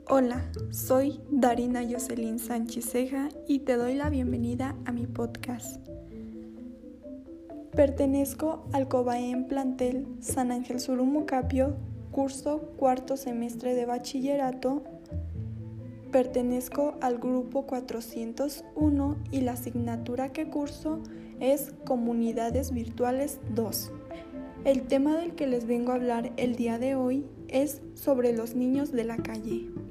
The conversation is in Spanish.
Hola, soy Darina Jocelyn Sánchez Ceja y te doy la bienvenida a mi podcast. Pertenezco al COBAEM plantel San Ángel Surumucapio, curso cuarto semestre de bachillerato. Pertenezco al grupo 401 y la asignatura que curso es Comunidades Virtuales 2. El tema del que les vengo a hablar el día de hoy es sobre los niños de la calle.